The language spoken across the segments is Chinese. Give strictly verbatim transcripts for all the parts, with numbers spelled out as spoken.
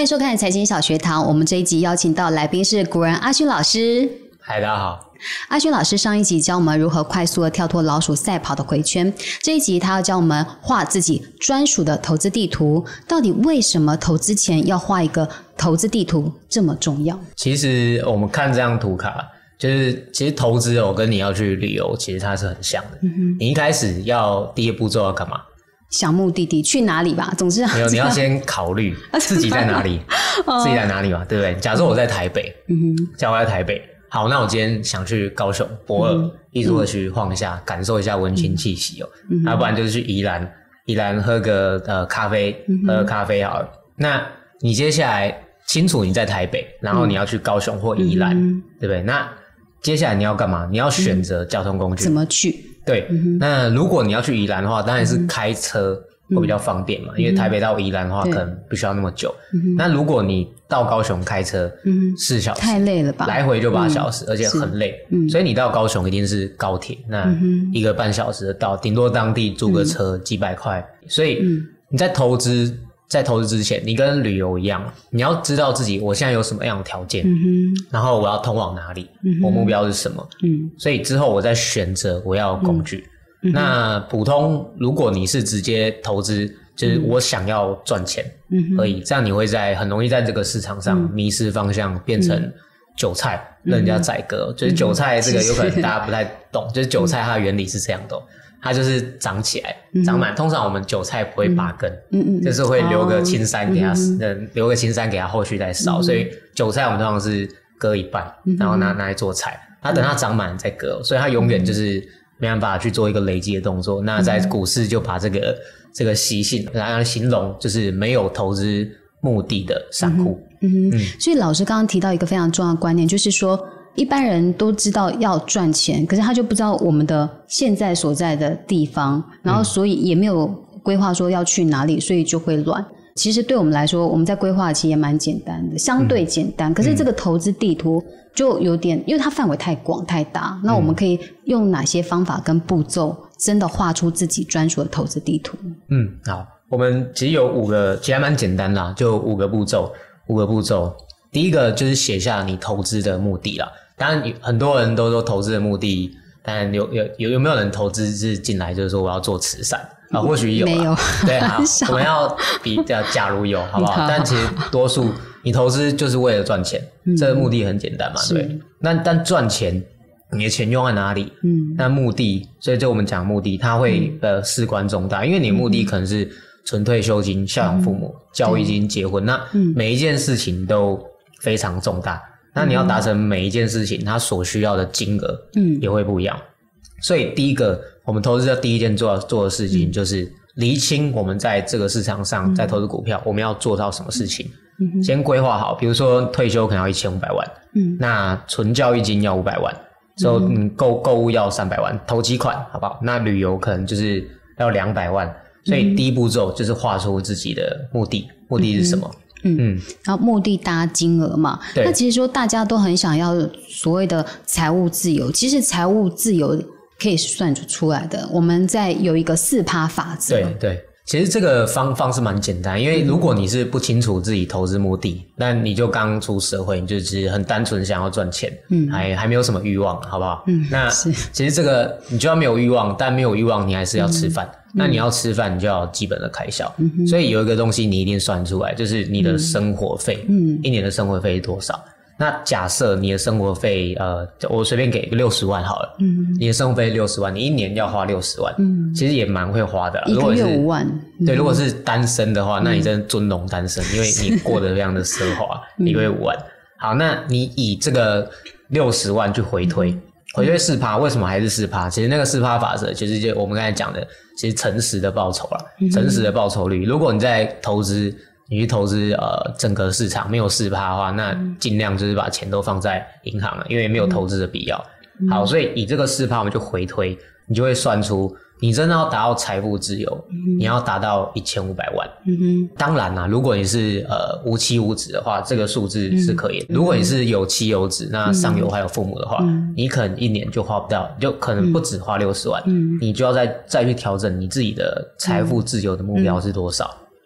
欢迎收看财经小学堂，我们这一集邀请到来宾是古人阿勋老师。 嗨，大家好。 阿勋老师上一集教我们如何快速的跳脱老鼠赛跑的回圈，这一集他要教我们画自己专属的投资地图。到底为什么投资前要画一个投资地图这么重要？ 其实我们看这张图卡，就是其实投资哦跟你要去旅游其实它是很像的、嗯、你一开始要第一步骤要干嘛？ 想目的地去哪里吧，总之没有，你要先考虑自己在哪里自己在哪里嘛，对不对？假设我在台北、嗯、假如我在台北，好，那我今天想去高雄博尔艺术特区晃一下、嗯、感受一下文青气息哦，嗯、要不然就是去宜兰宜兰喝个呃咖啡喝个咖啡好了、嗯、那你接下来清楚你在台北，然后你要去高雄或宜兰、嗯、对不对？那接下来你要干嘛？你要选择交通工具、嗯、 怎么去？ 对、嗯、那如果你要去宜兰的话，当然是开车会比较方便嘛、嗯、因为台北到宜兰的话可能不需要那么久、嗯、那如果你到高雄开车四小时、嗯、 太累了吧， 来回就八小时、嗯、而且很累、嗯、所以你到高雄一定是高铁，那一个半小时的到，顶多当地租个车、嗯、几百块，所以你在投资在投资之前，你跟旅游一样，你要知道自己我现在有什么样的条件、嗯、然后我要通往哪里、嗯、我目标是什么、嗯、所以之后我再选择我要工具、嗯、那普通如果你是直接投资，就是我想要赚钱而已、嗯、这样你会在很容易在这个市场上迷失方向，变成韭菜、嗯、任人家宰割、嗯、就是韭菜这个有可能大家不太懂、嗯、就是韭菜它的原理是这样的、哦，它就是长起来长满、嗯、通常我们韭菜不会拔根、嗯、就是会留个青山给它、嗯、留个青山给它后续再烧、嗯、所以韭菜我们通常是割一半、嗯、然后拿拿来做菜，它等它长满再割、哦、所以它永远就是没办法去做一个累积的动作。那在股市就把这个这个习性来形容，就是没有投资目的的散户。 嗯嗯，所以老师刚刚提到一个非常重要的观念，就是说一般人都知道要赚钱，可是他就不知道我们的现在所在的地方，然后所以也没有规划说要去哪里，所以就会乱。其实对我们来说，我们在规划其实也蛮简单的，相对简单、嗯、可是这个投资地图就有点，因为它范围太广太大，那我们可以用哪些方法跟步骤真的画出自己专属的投资地图？ 嗯，好，我们其实有五个，其实还蛮简单啦，就五个步骤五个步骤。第一个就是写下你投资的目的啦，当然很多人都说投资的目的，当然有有有有没有人投资是进来就是说我要做慈善啊？或许有， 没有， 对啊，我们要比假如有，好不好？但其实多数你投资就是为了赚钱、嗯、这个目的很简单嘛，对。那但赚钱，你的钱用在哪里？嗯，那目的，所以就我们讲目的，它会、嗯、呃事关重大，因为你的目的可能是存退休金、孝养父母、嗯、教育金、结婚，那每一件事情都非常重大。那你要达成每一件事情，它所需要的金额，嗯，也会不一样。所以第一个，我们投资的第一件做做的事情，就是厘清我们在这个市场上，在投资股票，我们要做到什么事情。嗯、先规划好，比如说退休可能要一千五百万，嗯，那存教育金要五百万，之后嗯购购物要三百万，投几款，好不好？那旅游可能就是要两百万。所以第一步骤就是画出自己的目的，目的是什么？嗯嗯， 然后目的搭金额嘛，那其实说大家都很想要所谓的财务自由，其实财务自由可以算出来的。我们在有一个 百分之四 法则， 对对，其实这个方方式蛮简单，因为如果你是不清楚自己投资目的，那你就刚出社会，你就只是很单纯想要赚钱，嗯，还还没有什么欲望，好不好？嗯，那其实这个你就要没有欲望，但没有欲望你还是要吃饭。嗯，那你要吃饭，你就要有基本的开销、嗯，所以有一个东西你一定算出来，就是你的生活费，嗯，一年的生活费是多少？那假设你的生活费，呃，我随便给个六十万好了，嗯，你的生活费六十万，你一年要花六十万，嗯，其实也蛮会花的啦。 一个月五万， 对，如果是单身的话，那你真的尊荣单身，嗯、因为你过得非常的奢华，嗯、一个月五万。好，那你以这个六十万去回推。嗯回推 百分之四， 为什么还是 百分之四？ 其实那个 百分之四 法则其实就我们刚才讲的，其实诚实的报酬啦，诚实的报酬率。如果你在投资，你去投资呃整个市场没有 百分之四 的话，那尽量就是把钱都放在银行了，因为没有投资的必要。好，所以以这个 百分之四 我们就回推，你就会算出你真的要达到财富自由，嗯、你要达到一千五百万。嗯哼，当然啦，如果你是呃无妻无子的话，这个数字是可以的。嗯、如果你是有妻有子，那上有还有父母的话，嗯、你可能一年就花不到，就可能不止花六十万，嗯、你就要再再去调整你自己的财富自由的目标是多少。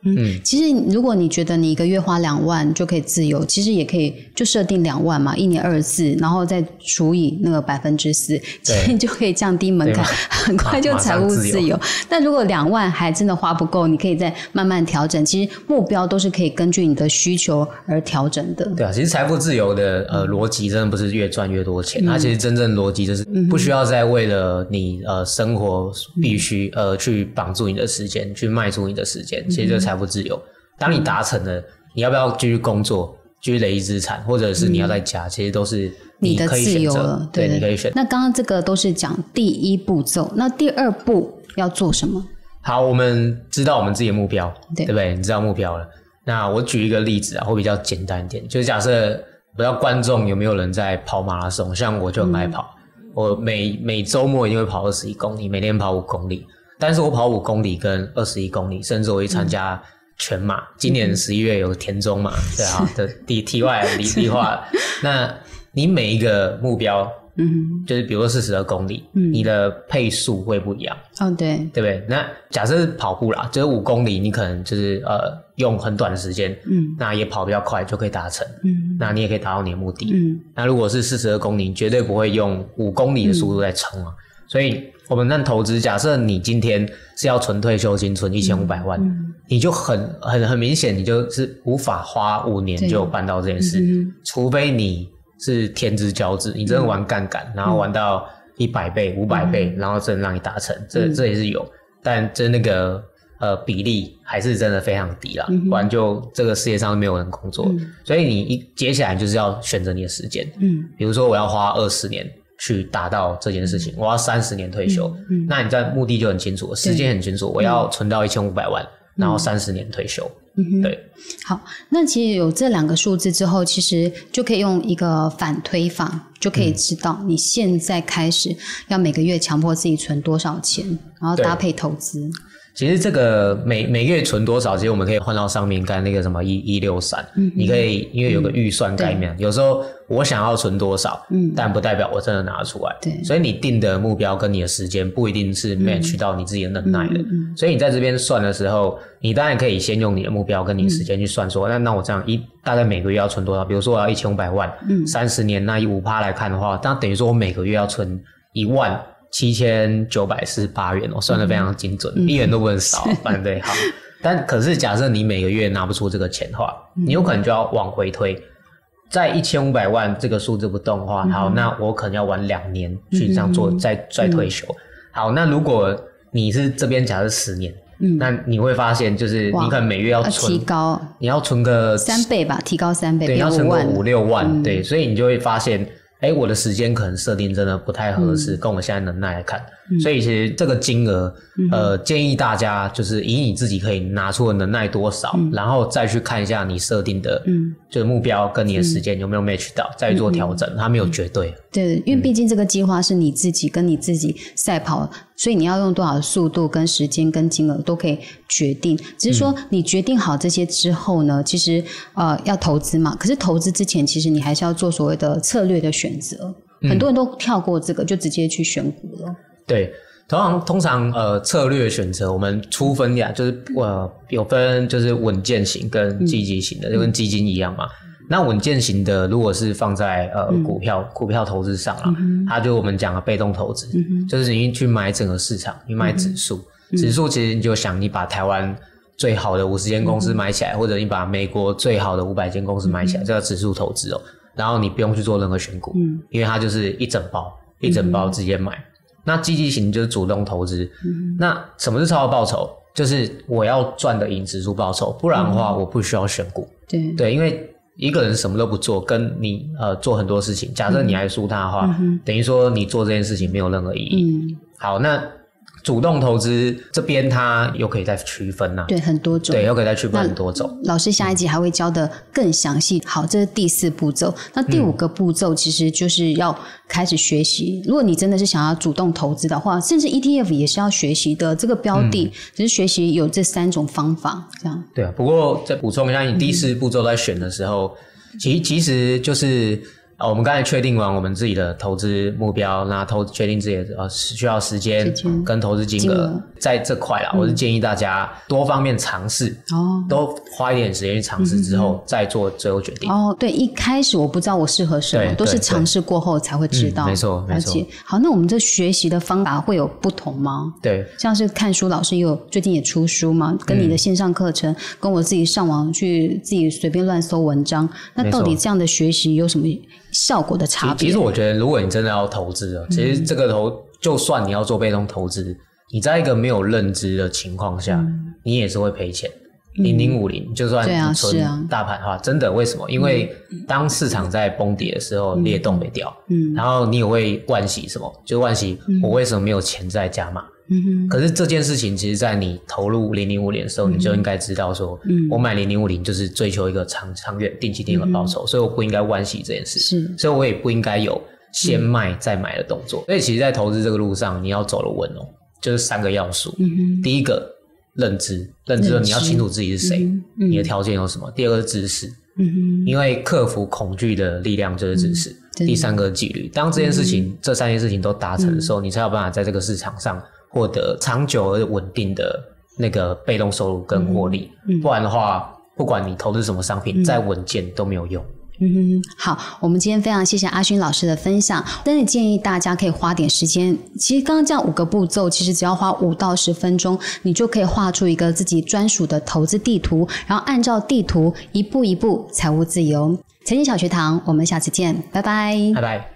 嗯，其实如果你觉得你一个月花两万就可以自由，其实也可以就设定两万嘛，一年二十四，然后再除以那个百分之四，其实就可以降低门槛，很快就财务自由。但如果两万还真的花不够，你可以再慢慢调整。其实目标都是可以根据你的需求而调整的。 对啊，其实财富自由的呃逻辑真的不是越赚越多钱，嗯、它其实真正逻辑就是不需要再为了你呃生活必须呃去绑住你的时间，去卖出你的时间，其实就是财富自由。当你达成了，你要不要继续工作，继续累积资产，或者是你要在家，嗯、其实都是你可以选择，你的自由了。对，对你可以选。 那刚刚这个都是讲第一步骤，那第二步要做什么？ 好，我们知道我们自己的目标， 对, 对不对？你知道目标了。那我举一个例子啊，会比较简单一点，就是假设不知道观众有没有人在跑马拉松，像我就很爱跑，嗯、我每每周末一定会跑二十一公里，每天跑五公里。但是我跑五公里跟二十一公里，甚至我会参加全马。嗯、今年十一月有田中马，对啊，的题题外离题化。那你每一个目标，嗯，就是比如说四十二公里，嗯，你的配速会不一样。 哦，对， 对不对？那假设是跑步啦，就是五公里，你可能就是呃用很短的时间，嗯，那也跑比较快就可以达成，嗯，那你也可以达到你的目的，嗯。那如果是四十二公里，你绝对不会用五公里的速度在冲啊，嗯、所以。我们看投资，假设你今天是要存退休金，存一千五百万，嗯、你就很很很明显，你就是无法花五年就办到这件事，嗯、除非你是天之骄子，你真的玩杠杆，嗯、然后玩到一百倍、五百倍，嗯、然后真的让你达成，这、嗯、这也是有，但这那个呃比例还是真的非常低啦，嗯、不然就这个世界上没有人工作，嗯、所以你一接下来就是要选择你的时间，嗯，比如说我要花二十年。去达到这件事情，我要三十年退休，嗯嗯、那你在目的就很清楚，时间很清楚，我要存到一千五百万，嗯、然后三十年退休。嗯、对， 好，那其实有这两个数字之后，其实就可以用一个反推法，就可以知道你现在开始要每个月强迫自己存多少钱，然后搭配投资。 其实这个每每月存多少，其实我们可以换到上面刚才那个什么一一六三，你可以因为有个预算概念，嗯、有时候我想要存多少，嗯、但不代表我真的拿得出来，对，所以你定的目标跟你的时间不一定是 match 到你自己的能耐的，嗯嗯、所以你在这边算的时候，你当然可以先用你的目标跟你的时间去算说，那、嗯、那我这样一大概每个月要存多少？比如说我要一千五百万，嗯，三十年，那以五趴来看的话，那等于说我每个月要存一万。七千九百四十八元哦，算得非常精准，嗯、一元都不能少，反正对好。但可是假设你每个月拿不出这个钱的话，嗯、你有可能就要往回推，在一千五百万这个数字不动的话，嗯、好，那我可能要玩两年去这样做，嗯、再再退休。嗯、好，那如果你是这边假设十年，嗯、那你会发现就是你可能每月要存要提高， 你要存个三倍吧，提高三倍， 对，要存个五六万，嗯、对，所以你就会发现。哎，我的时间可能设定真的不太合适，嗯、跟我现在能耐来看，嗯、所以其实这个金额，嗯、呃，建议大家就是以你自己可以拿出的能耐多少，嗯、然后再去看一下你设定的，嗯、就是目标跟你的时间有没有 match 到，嗯、再去做调整，嗯、它没有绝对。 对，因为毕竟这个计划是你自己跟你自己赛跑，所以你要用多少的速度、跟时间、跟金额都可以决定。只是说你决定好这些之后呢，其实呃要投资嘛，可是投资之前，其实你还是要做所谓的策略的选择。嗯、很多人都跳过这个，就直接去选股了。 对。通常通常呃策略选择我们粗分呀，就是呃有分就是稳健型跟积极型的，嗯、就跟基金一样嘛。那稳健型的如果是放在呃、嗯、股票股票投资上啦，嗯、它就我们讲的被动投资，嗯、就是你去买整个市场，你买指数，嗯、指数其实你就想你把台湾最好的五十间公司买起来，嗯、或者你把美国最好的五百间公司买起来，这叫指数投资哦。然后你不用去做任何选股，嗯、因为它就是一整包一整包直接买。嗯、那积极型就是主动投资，嗯、那什么是超额报酬？就是我要赚的赢指数报酬，不然的话我不需要选股。对对，因为一个人什么都不做，跟你呃做很多事情，假设你还输他的话，嗯、等于说你做这件事情没有任何意义。嗯、好，那主动投资这边它又可以再区分啊， 对，很多种， 对，又可以再区分很多种。 老师下一集还会教的更详细。好，这是第四步骤。那第五个步骤其实就是要开始学习。嗯、如果你真的是想要主动投资的话，甚至 E T F 也是要学习的。这个标的、嗯、只是学习有这三种方法，这样。对啊，不过再补充一下，你第四步骤在选的时候，嗯、其其实就是啊，我们刚才确定完我们自己的投资目标，那投确定自己的呃需要时间跟投资金额，在这块啦、嗯，我是建议大家多方面尝试，哦，都花一点时间去尝试之后、嗯，再做最后决定。 哦，对，一开始我不知道我适合什么，都是尝试过后才会知道。 嗯、没错，没错。 好，那我们这学习的方法会有不同吗？ 对， 像是看书，老师也有最近也出书嘛，跟你的线上课程，嗯、跟我自己上网去自己随便乱搜文章，那到底这样的学习有什么效果的差别？ 其实我觉得如果你真的要投资了，其实这个投、嗯、就算你要做被动投资，你在一个没有认知的情况下、嗯、你也是会赔钱。零零五零就算你存大盘的话、啊啊、真的为什么？因为当市场在崩跌的时候、嗯、裂洞没掉、嗯、然后你也会惋惜什么，就惋惜我为什么没有钱在加码、嗯、可是这件事情其实在你投入零零五零的时候、嗯、你就应该知道说、嗯、我买零零五零就是追求一个长长远定期定额报酬、嗯、所以我不应该惋惜这件事，是，所以我也不应该有先卖再买的动作、嗯、所以其实在投资这个路上你要走得稳哦，就是三个要素、嗯、第一个认知，认知了你要清楚自己是谁、嗯嗯、你的条件有什么。第二个是知识、嗯、因为克服恐惧的力量就是知识、嗯、第三个是纪律。当这件事情、嗯、这三件事情都达成的时候、嗯、你才有办法在这个市场上获得长久而稳定的那个被动收入跟获利、嗯嗯、不然的话不管你投资什么商品、嗯、再稳健都没有用。 嗯，好，我们今天非常谢谢阿勋老师的分享，真的建议大家可以花点时间，其实刚刚这样五个步骤，其实只要花五到十分钟，你就可以画出一个自己专属的投资地图，然后按照地图一步一步财务自由。财经小学堂，我们下次见，拜拜， 拜拜。